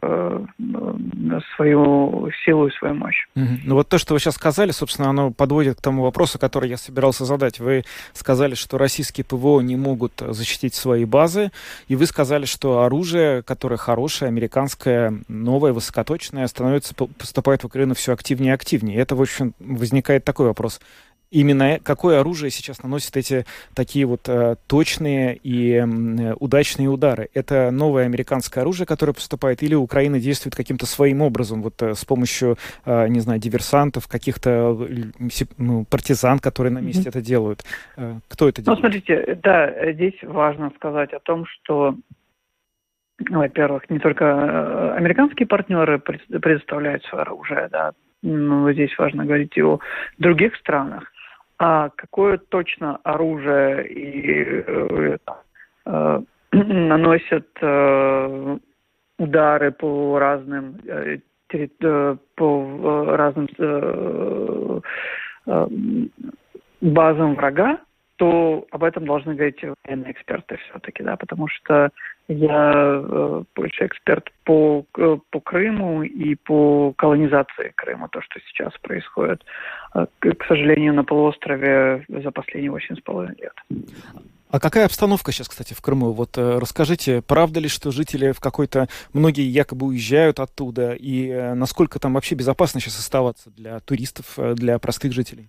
свою силу и свою мощь. Mm-hmm. Ну вот то, что вы сейчас сказали, собственно, оно подводит к тому вопросу, который я собирался задать. Вы сказали, что российские ПВО не могут защитить свои базы, и вы сказали, что оружие, которое хорошее, американское, новое, высокоточное, становится, поступает в Украину все активнее и активнее. И это, в общем, возникает такой вопрос. Именно какое оружие сейчас наносит эти такие вот э, точные и э, удачные удары? Это новое американское оружие, которое поступает, или Украина действует каким-то своим образом, вот э, с помощью, э, не знаю, диверсантов, каких-то э, ну, партизан, которые на месте mm-hmm. это делают? Э, кто это делает? Ну, смотрите, да, здесь важно сказать о том, что, во-первых, не только американские партнеры предоставляют свое оружие, да, но здесь важно говорить и о других странах. А какое точно оружие и э, э, наносят э, удары по разным э, терри, э, по разным э, э, базам врага, то об этом должны говорить военные эксперты все-таки, да, потому что я э, больше эксперт по, по Крыму и по колонизации Крыма, то, что сейчас происходит, э, к, к сожалению, на полуострове за последние восемь с половиной лет. А какая обстановка сейчас, кстати, в Крыму? Вот э, расскажите, правда ли, что жители в какой-то... Многие якобы уезжают оттуда, и э, насколько там вообще безопасно сейчас оставаться для туристов, э, для простых жителей?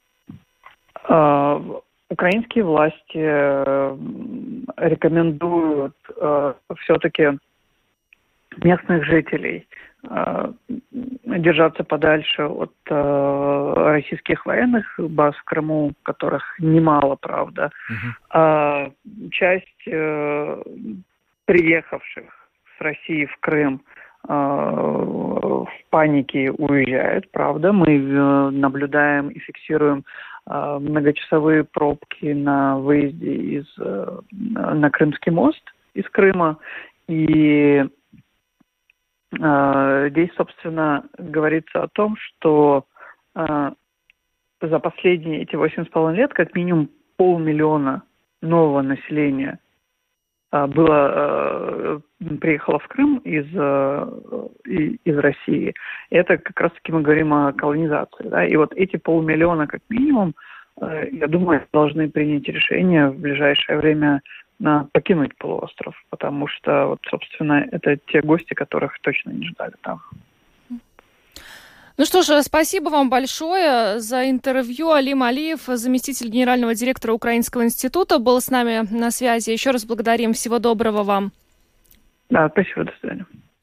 А, Украинские власти рекомендуют э, все-таки местных жителей э, держаться подальше от э, российских военных баз в Крыму, которых немало, правда. Uh-huh. А часть э, приехавших с России в Крым э, в панике уезжают, правда. Мы э, наблюдаем и фиксируем многочасовые пробки на выезде из, на Крымский мост из Крыма. И э, здесь, собственно, говорится о том, что э, за последние эти восемь с половиной лет как минимум полмиллиона нового населения э, было, э, приехало в Крым из, э, из России. И это как раз-таки мы говорим о колонизации. Да? И вот эти полмиллиона как минимум, э, я думаю, должны принять решение в ближайшее время на покинуть полуостров, потому что, вот, собственно, это те гости, которых точно не ждали там. Ну что ж, спасибо вам большое за интервью. Алим Алиев, заместитель генерального директора Украинского института, был с нами на связи. Еще раз благодарим. Всего доброго вам. Да, спасибо, до свидания.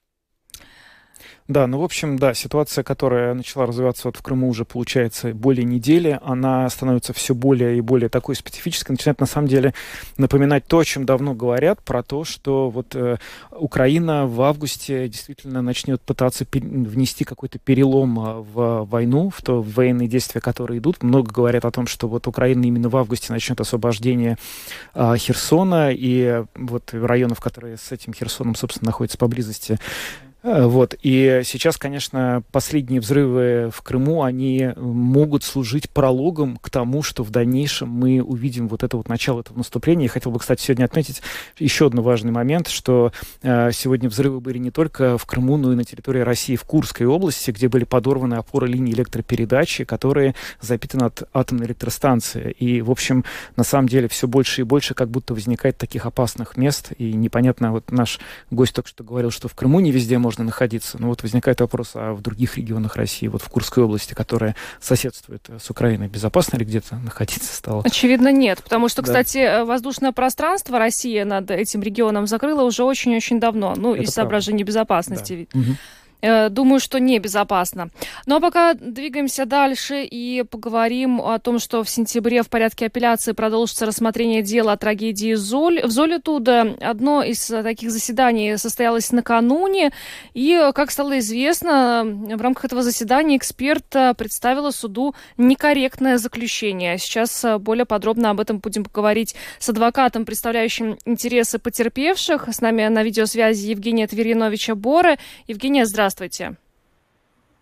Да, ну, в общем, да, ситуация, которая начала развиваться вот в Крыму уже, получается, более недели, она становится все более и более такой специфической, начинает, на самом деле, напоминать то, о чем давно говорят, про то, что вот э, Украина в августе действительно начнет пытаться пер- внести какой-то перелом в войну, в то в военные действия, которые идут. Много говорят о том, что вот Украина именно в августе начнет освобождение э, Херсона и вот районов, которые с этим Херсоном, собственно, находятся поблизости. Вот. И сейчас, конечно, последние взрывы в Крыму, они могут служить прологом к тому, что в дальнейшем мы увидим вот это вот начало этого наступления. Я хотел бы, кстати, сегодня отметить еще один важный момент, что э, сегодня взрывы были не только в Крыму, но и на территории России, в Курской области, где были подорваны опоры линий электропередачи, которые запитаны от атомной электростанции. И, в общем, на самом деле все больше и больше как будто возникает таких опасных мест. И непонятно, вот наш гость только что говорил, что в Крыму не везде можно находиться. Но вот возникает вопрос, а в других регионах России, вот в Курской области, которая соседствует с Украиной, безопасно ли где-то находиться стало? Очевидно, нет. Потому что, да. кстати, воздушное пространство России над этим регионом закрыло уже очень-очень давно. Ну, Это из соображений безопасности. Да. Угу. Думаю, что небезопасно. Ну а пока двигаемся дальше и поговорим о том, что в сентябре в порядке апелляции продолжится рассмотрение дела о трагедии Золь. в Золитуда. Одно из таких заседаний состоялось накануне, и, как стало известно, в рамках этого заседания эксперт представила суду некорректное заключение. Сейчас более подробно об этом будем говорить с адвокатом, представляющим интересы потерпевших. С нами на видеосвязи Евгения Тверьяновича Боры. Евгения, здравствуйте. Здравствуйте.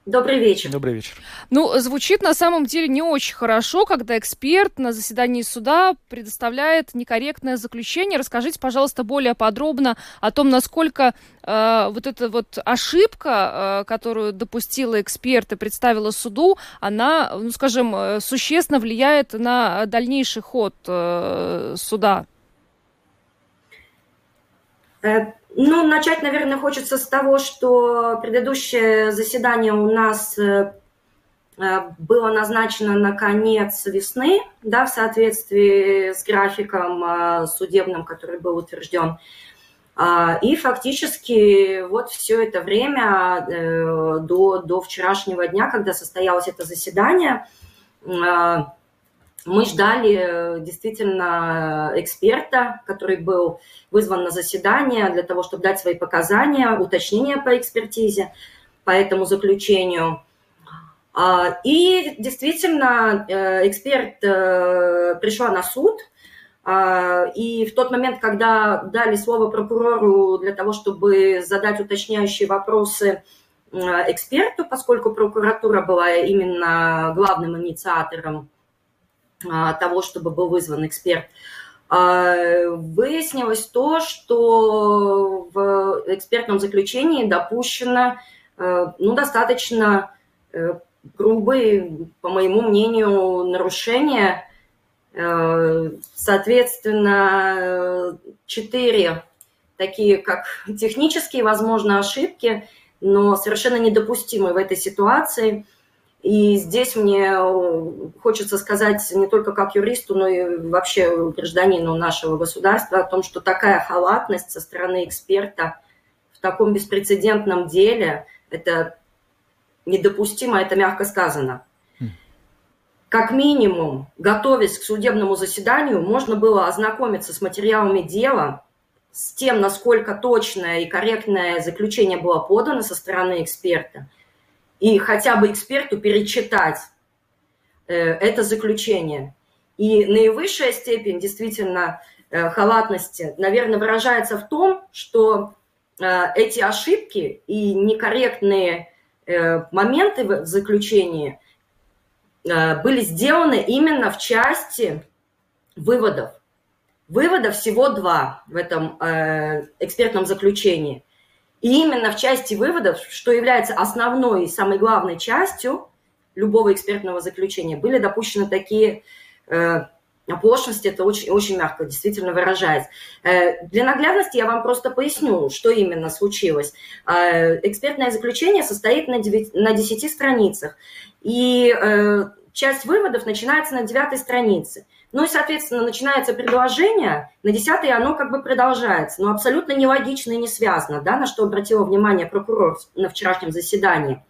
Добрый вечер. Добрый вечер. Ну, звучит на самом деле не очень хорошо, когда эксперт на заседании суда предоставляет некорректное заключение. Расскажите, пожалуйста, более подробно о том, насколько э, вот эта вот ошибка, э, которую допустила эксперт и представила суду, она, ну, скажем, существенно влияет на дальнейший ход э, суда. Ну, начать, наверное, хочется с того, что предыдущее заседание у нас было назначено на конец весны, да, в соответствии с графиком судебным, который был утвержден. И фактически вот все это время до, до вчерашнего дня, когда состоялось это заседание, мы ждали действительно эксперта, который был вызван на заседание для того, чтобы дать свои показания, уточнения по экспертизе, по этому заключению. И действительно эксперт пришла на суд, и в тот момент, когда дали слово прокурору для того, чтобы задать уточняющие вопросы эксперту, поскольку прокуратура была именно главным инициатором того, чтобы был вызван эксперт, выяснилось то, что в экспертном заключении допущено ну, достаточно грубые, по моему мнению, нарушения. Соответственно, четыре такие, как технические, возможно, ошибки, но совершенно недопустимые в этой ситуации. И здесь мне хочется сказать не только как юристу, но и вообще гражданину нашего государства о том, что такая халатность со стороны эксперта в таком беспрецедентном деле, это недопустимо, это мягко сказано. Как минимум, готовясь к судебному заседанию, можно было ознакомиться с материалами дела, с тем, насколько точное и корректное заключение было подано со стороны эксперта, и хотя бы эксперту перечитать э, это заключение. И наивысшая степень действительно э, халатности, наверное, выражается в том, что э, эти ошибки и некорректные э, моменты в заключении э, были сделаны именно в части выводов. Выводов всего два в этом э, экспертном заключении. И именно в части выводов, что является основной и самой главной частью любого экспертного заключения, были допущены такие э, оплошности, это очень, очень мягко действительно выражается. Э, для наглядности я вам просто поясню, что именно случилось. Э, экспертное заключение состоит на, девять, на десяти страницах, и э, часть выводов начинается на девятой странице. Ну и, соответственно, начинается предложение, на десятой оно как бы продолжается, но абсолютно нелогично и не связано, да, на что обратила внимание прокурор на вчерашнем заседании.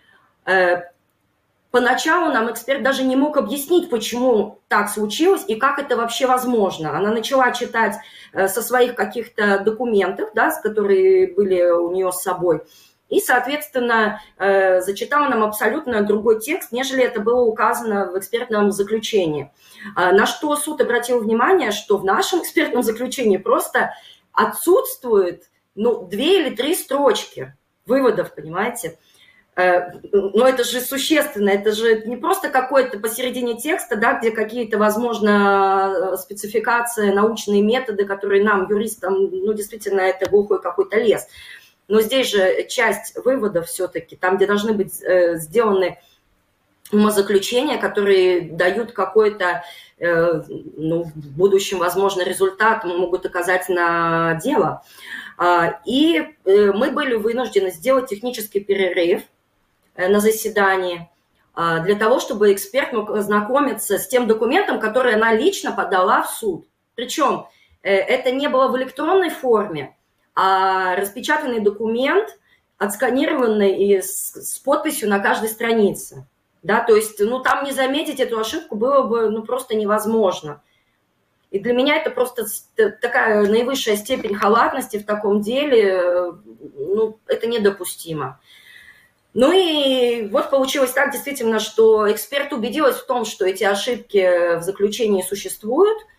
Поначалу нам эксперт даже не мог объяснить, почему так случилось и как это вообще возможно. Она начала читать со своих каких-то документов, да, которые были у нее с собой, и, соответственно, э, зачитала нам абсолютно другой текст, нежели это было указано в экспертном заключении. Э, на что суд обратил внимание, что в нашем экспертном заключении просто отсутствует, ну, две или три строчки выводов, понимаете? Э, но это же существенно, это же не просто какой-то посередине текста, да, где какие-то, возможно, спецификации, научные методы, которые нам, юристам, ну, действительно, это глухой какой-то лес. Но здесь же часть выводов все-таки, там, где должны быть э, сделаны умозаключения, которые дают какой-то, э, ну, в будущем, возможно, результат, могут указать на дело. А, и э, мы были вынуждены сделать технический перерыв э, на заседании э, для того, чтобы эксперт мог ознакомиться с тем документом, который она лично подала в суд. Причем э, это не было в электронной форме, а распечатанный документ, отсканированный и с, с подписью на каждой странице. Да, то есть, ну, там не заметить эту ошибку было бы, ну, просто невозможно. И для меня это просто такая наивысшая степень халатности в таком деле, ну, это недопустимо. Ну и вот получилось так действительно, что эксперт убедилась в том, что эти ошибки в заключении существуют,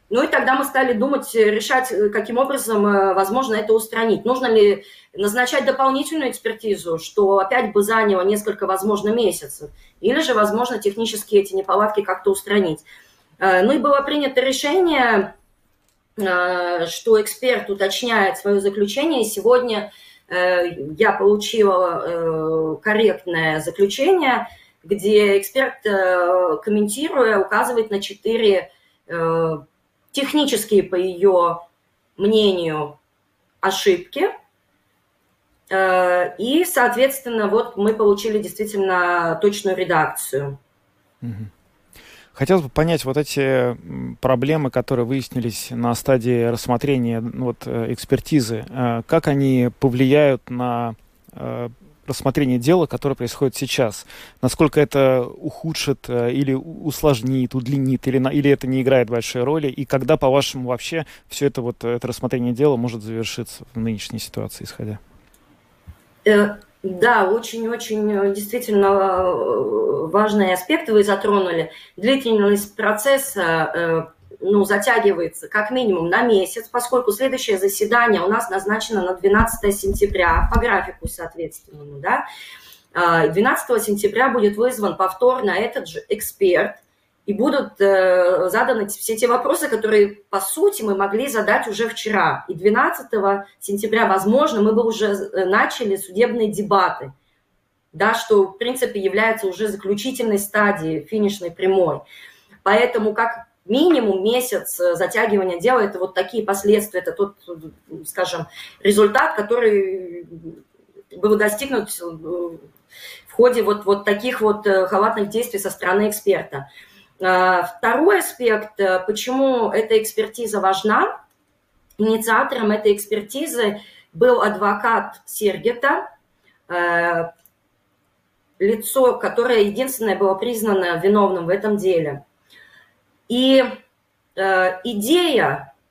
Ну и тогда мы стали думать, решать, каким образом возможно это устранить. Нужно ли назначать дополнительную экспертизу, что опять бы заняло несколько, возможно, месяцев, или же, возможно, технически эти неполадки как-то устранить. Ну и было принято решение, что эксперт уточняет свое заключение. Сегодня я получила корректное заключение, где эксперт, комментируя, указывает на четыре технические, по ее мнению, ошибки. И, соответственно, вот мы получили действительно точную редакцию. Хотелось бы понять вот эти проблемы, которые выяснились на стадии рассмотрения, вот, экспертизы, как они повлияют на рассмотрение дела, которое происходит сейчас. Насколько это ухудшит или усложнит, удлинит, или, или это не играет большой роли, и когда, по-вашему, вообще все это, вот, это рассмотрение дела может завершиться в нынешней ситуации, исходя? Да, очень-очень действительно важные аспекты вы затронули. Длительность процесса ну, затягивается как минимум на месяц, поскольку следующее заседание у нас назначено на двенадцатое сентября, по графику, соответственно. Да? двенадцатого сентября будет вызван повторно этот же эксперт, и будут заданы все те вопросы, которые, по сути, мы могли задать уже вчера. И двенадцатого сентября, возможно, мы бы уже начали судебные дебаты, да, что, в принципе, является уже заключительной стадией, финишной прямой. Поэтому, как минимум месяц затягивания дела, это вот такие последствия, это тот, скажем, результат, который был достигнут в ходе вот, вот таких вот халатных действий со стороны эксперта. Второй аспект, почему эта экспертиза важна. Инициатором этой экспертизы был адвокат Сергета, лицо, которое единственное было признано виновным в этом деле. И идея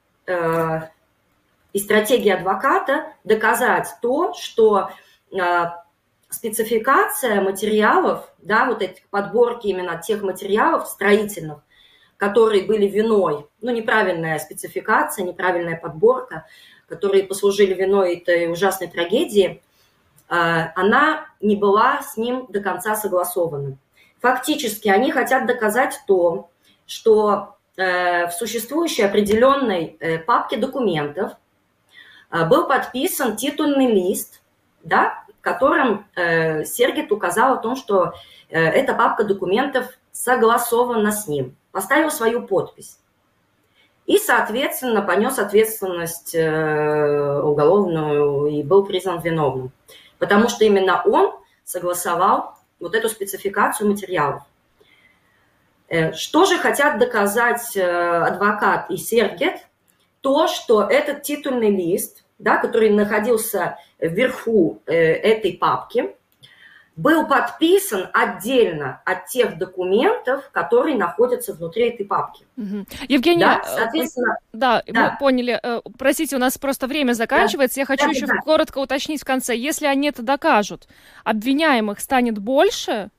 и стратегия адвоката доказать то, что спецификация материалов, да, вот эти подборки именно тех материалов строительных, которые были виной, ну, неправильная спецификация, неправильная подборка, которые послужили виной этой ужасной трагедии, она не была с ним до конца согласована. Фактически они хотят доказать то, что в существующей определенной папке документов был подписан титульный лист, да, в котором э, Сергет указал о том, что э, эта папка документов согласована с ним, поставил свою подпись и, соответственно, понес ответственность э, уголовную и был признан виновным, потому что именно он согласовал вот эту спецификацию материалов. Э, что же хотят доказать э, адвокат и Сергет? То, что этот титульный лист, да, который находился вверху э, этой папки, был подписан отдельно от тех документов, которые находятся внутри этой папки. Угу. Евгения, да, соответственно, да, да, мы поняли. Простите, у нас просто время заканчивается. Да. Я хочу да, еще да. коротко уточнить в конце. Если они это докажут, обвиняемых станет больше?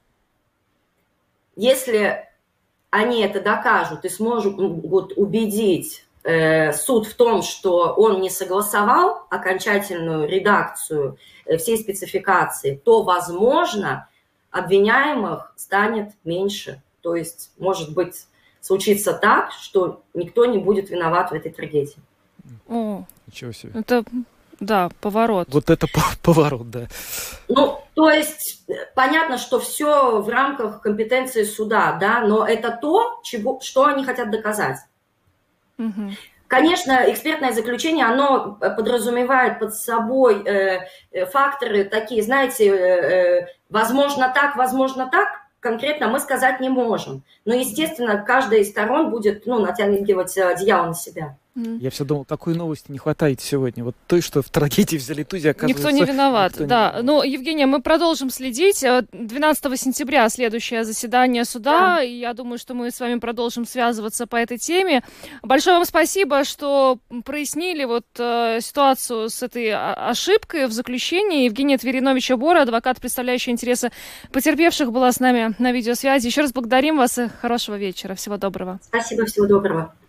Если они это докажут и смогут убедить суд в том, что он не согласовал окончательную редакцию всей спецификации, то, возможно, обвиняемых станет меньше. То есть, может быть, случится так, что никто не будет виноват в этой трагедии. О, ничего себе. Это, да, поворот. Вот это поворот, да. Ну, то есть, понятно, что все в рамках компетенции суда, да, но это то, чего, что они хотят доказать. Угу. Конечно, экспертное заключение, оно подразумевает под собой э, факторы такие, знаете, э, э, возможно так, возможно так, конкретно мы сказать не можем. Но, естественно, каждая из сторон будет, ну, натягивать одеяло на себя. Я все думал, такой новости не хватает сегодня. Вот той, что в трагедии в Залитузе, оказывается... Никто не виноват, никто да. Не... Ну, Евгения, мы продолжим следить. двенадцатого сентября следующее заседание суда, да. И я думаю, что мы с вами продолжим связываться по этой теме. Большое вам спасибо, что прояснили вот э, ситуацию с этой ошибкой в заключении. Евгения Твериновича-Бора, адвокат, представляющий интересы потерпевших, была с нами на видеосвязи. Еще раз благодарим вас и хорошего вечера. Всего доброго. Спасибо, всего доброго.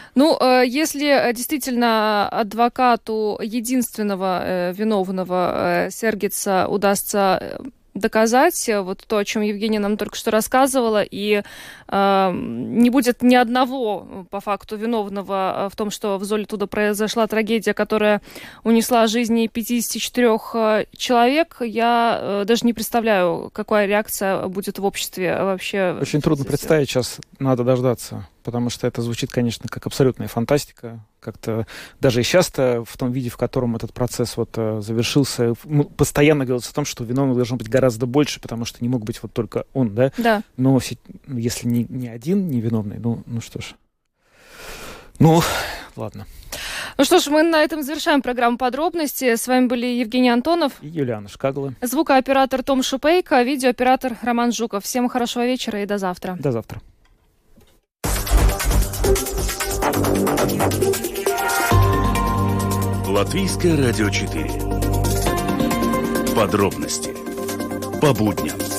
Ну, если действительно адвокату единственного виновного Сергица удастся доказать вот то, о чем Евгения нам только что рассказывала, и э, не будет ни одного, по факту, виновного в том, что в Золитуда произошла трагедия, которая унесла жизни пятьдесят четыре человек, я э, даже не представляю, какая реакция будет в обществе вообще. Очень трудно представить, сейчас надо дождаться, потому что это звучит, конечно, как абсолютная фантастика. Как-то даже и сейчас-то в том виде, в котором этот процесс вот завершился, ну, постоянно говорится о том, что виновных должно быть гораздо больше, потому что не мог быть вот только он, да? Да. Но если не, не один невиновный, ну, ну что ж. Ну, ладно. Ну что ж, мы на этом завершаем программу «Подробности». С вами были Евгений Антонов и Юлиана Шкагла. Звукооператор Том Шупейко, видеооператор Роман Жуков. Всем хорошего вечера и до завтра. До завтра. Латвийское радио четыре. Подробности по будням.